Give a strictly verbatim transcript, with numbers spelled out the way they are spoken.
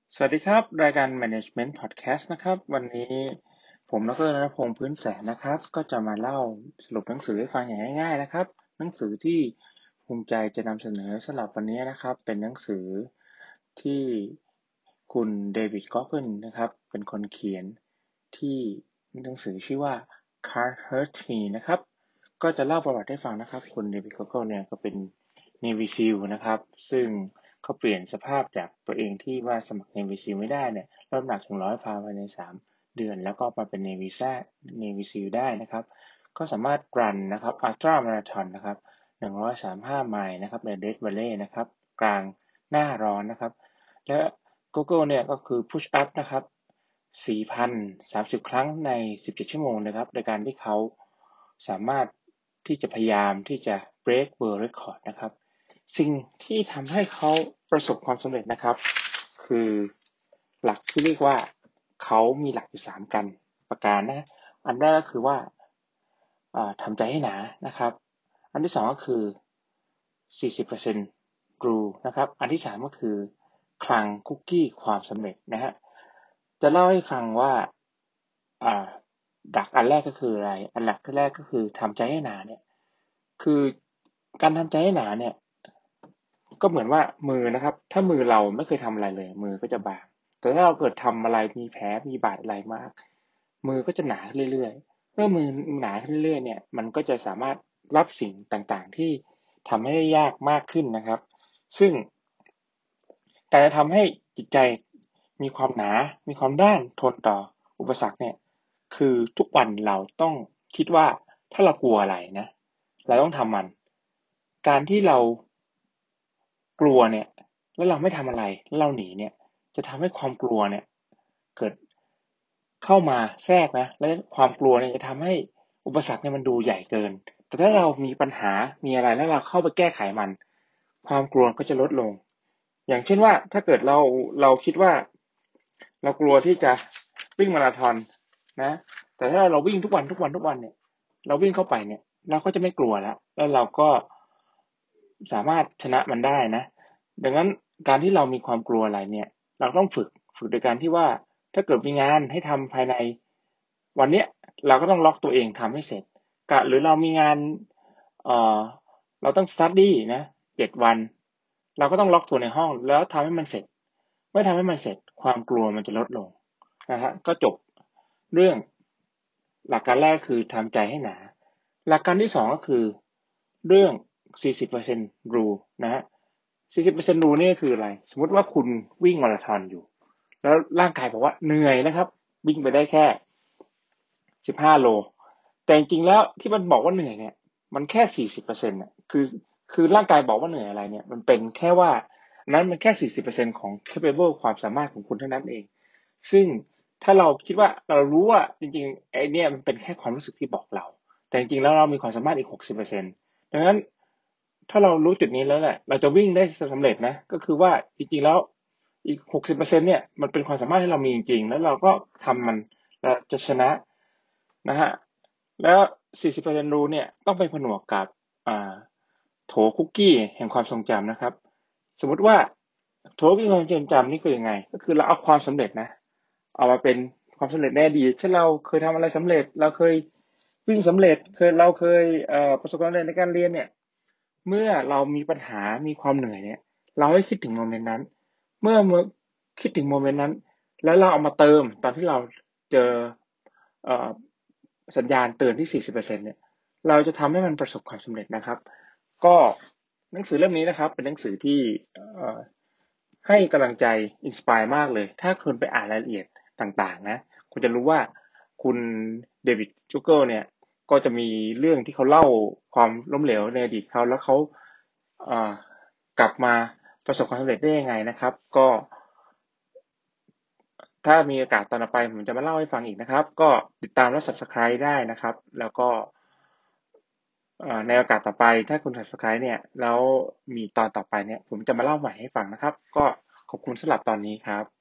สวัสดีครับรายการ Management Podcast นะครับวันนี้ผมดรณพงษ์พื้นแสนนะครับก็จะมาเล่าสรุปหนังสือให้ฟังอย่างง่ายๆนะครับหนังสือที่ภูมิใจจะนำเสนอสำหรับวันนี้นะครับเป็นหนังสือที่คุณเดวิดก็อเกิลนะครับเป็นคนเขียนที่หนังสือชื่อว่า Can't Hurt Me นะครับก็จะเล่าประวัติให้ฟังนะครับคุณเดวิดก็อเกิลเนี่ยก็เป็น Navy SEAL นะครับซึ่งเขาเปลี่ยนสภาพจากตัวเองที่ว่าสมัคร Navy SEAL ไม่ได้เนี่ยลดน้ำหนักถึงร้อยพาภายในสามเดือนแล้วก็มาเป็น Navy SEAL Navy SEAL ได้นะครับก็สามารถรันนะครับ Ultra Marathon นะครับหนึ่งร้อยสามสิบห้าไมล์นะครับใน Death Valley นะครับกลางหน้าร้อนนะครับและ Google เนี่ยก็คือ Push Up นะครับสี่พันสามสิบ ครั้งในสิบเจ็ดชั่วโมงนะครับโดยการที่เขาสามารถที่จะพยายามที่จะ break world record นะครับสิ่งที่ทำให้เขาประสบความสำเร็จนะครับคือหลักที่เรียกว่าเขามีหลักอยู่สามกันประการนะอันแรกก็คือว่าทำใจให้หนานะครับอันที่สองก็คือสี่สิบเปอร์เซ็นต์ rule นะครับอันที่สามก็คือคลังคุกกี้ความสำเร็จนะฮะจะเล่าให้ฟังว่าดักอันแรกก็คืออะไรอันหลักแรกก็คือทำใจให้หนาเนี่ยคือการทำใจให้หนาเนี่ยก็เหมือนว่ามือนะครับถ้ามือเราไม่เคยทำอะไรเลยมือก็จะบางแต่ถ้าเราเกิดทำอะไรมีแผลมีบาดอะไรมากมือก็จะหนาเรื่อยๆเมื่อมือหนาเรื่อยๆเนี่ยมันก็จะสามารถรับสิ่งต่างๆที่ทำให้ได้ยากมากขึ้นนะครับซึ่งการจะทำให้จิตใจมีความหนา มีความด้านทนต่ออุปสรรคเนี่ยคือทุกวันเราต้องคิดว่าถ้าเรากลัวอะไรนะเราต้องทำมันการที่เรากลัวเนี่ยแล้วเราไม่ทำอะไรแล้วเราหนีเนี่ยจะทำให้ความกลัวเนี่ยเกิดเข้ามาแทรกนะและความกลัวเนี่ยจะทำให้อุปสรรคเนี่ยมันดูใหญ่เกินแต่ถ้าเรามีปัญหามีอะไรแล้วเราเข้าไปแก้ไขมันความกลัวก็จะลดลงอย่างเช่นว่าถ้าเกิดเราเราคิดว่าเรากลัวที่จะวิ่งมาราธอนนะแต่ถ้าเราวิ่งทุกวันทุกวันทุกวันเนี่ยเราวิ่งเข้าไปเนี่ยเราก็จะไม่กลัวแล้วแล้วเราก็สามารถชนะมันได้นะดังนั้นการที่เรามีความกลัวอะไรเนี่ยเราต้องฝึกฝึกโดยการที่ว่าถ้าเกิดมีงานให้ทำภายในวันเนี้ยเราก็ต้องล็อกตัวเองทำให้เสร็จกะหรือเรามีงานเอ่อเราต้อง study นะเจ็ดวันเราก็ต้องล็อกตัวในห้องแล้วทำให้มันเสร็จเมื่อทำให้มันเสร็จความกลัวมันจะลดลงนะฮะก็จบเรื่องหลักการแรกคือทำใจให้หนาหลักการที่สองก็คือเรื่องสี่สิบเปอร์เซ็นต์ rule นะฮะสี่สิบเปอร์เซ็นต์ rule นี่คืออะไรสมมติว่าคุณวิ่งมาราธอนอยู่แล้วร่างกายบอกว่าเหนื่อยนะครับวิ่งไปได้แค่สิบห้าโลแต่จริงๆแล้วที่มันบอกว่าเหนื่อยเนี่ยมันแค่สี่สิบเปอร์เซ็นต์น่ะคือคือร่างกายบอกว่าเหนื่อยอะไรเนี่ยมันเป็นแค่ว่านั้นมันแค่สี่สิบเปอร์เซ็นต์ของ capable ความสามารถของคุณเท่านั้นเองซึ่งถ้าเราคิดว่าเรารู้ว่าจริงๆไอ้เนี่ยมันเป็นแค่ความรู้สึกที่บอกเราแต่จริงๆแล้วเรามีความสามารถอีกหกสิบเปอร์เซ็นต์ดังนั้นถ้าเรารู้จุดนี้แล้วแหละเราจะวิ่งได้สำเร็จนะก็คือว่าจริงๆแล้วอีกหกสิบเปอร์เซ็นต์เนี่ยมันเป็นความสามารถที่เรามีจริงๆแล้วเราก็ทำมันเราจะชนะ นะฮะแล้ว สี่สิบเปอร์เซ็นต์ รู้เนี่ยต้องไปผนวกกับอ่าโถคุกกี้แห่งความทรงจำนะครับสมมุติว่าโถคุกกี้ความทรงจำนี่คือยังไงก็คือเราเอาความสำเร็จนะเอามาเป็นความสำเร็จในอดีตเช่นเราเคยทำอะไรสำเร็จเราเคยวิ่งสำเร็จเคยเราเคยเอ่อประสบความสำเร็จในการเรียนเนี่ยเมื่อเรามีปัญหามีความเหนื่อยเนี่ยเราให้คิดถึงโมเมนต์นั้นเมื่อเมื่อคิดถึงโมเมนต์นั้นแล้วเราเอามาเติมตอนที่เราเจอเอ่อ สัญญาณเตือนที่ สี่สิบเปอร์เซ็นต์ เนี่ยเราจะทำให้มันประสบความสำเร็จนะครับก็หนังสือเล่มนี้นะครับเป็นหนังสือที่ให้กำลังใจอินสปายมากเลยถ้าคุณไปอ่านรายละเอียดต่างๆนะคุณจะรู้ว่าคุณเดวิดจูเกิลเนี่ยก็จะมีเรื่องที่เขาเล่าความล้มเหลวในอดีตเขาแล้วเขากลับมาประสบความสำเร็จได้ยังไงนะครับก็ถ้ามีโอกาสตอนต่อไปผมจะมาเล่าให้ฟังอีกนะครับก็ติดตามและ ซับสไครบ์ ได้นะครับแล้วก็ ในโอกาสต่อไปถ้าคุณ ซับสไครบ์ เนี่ยแล้วมีตอนต่อไปเนี่ยผมจะมาเล่าใหม่ให้ฟังนะครับก็ขอบคุณสำหรับตอนนี้ครับ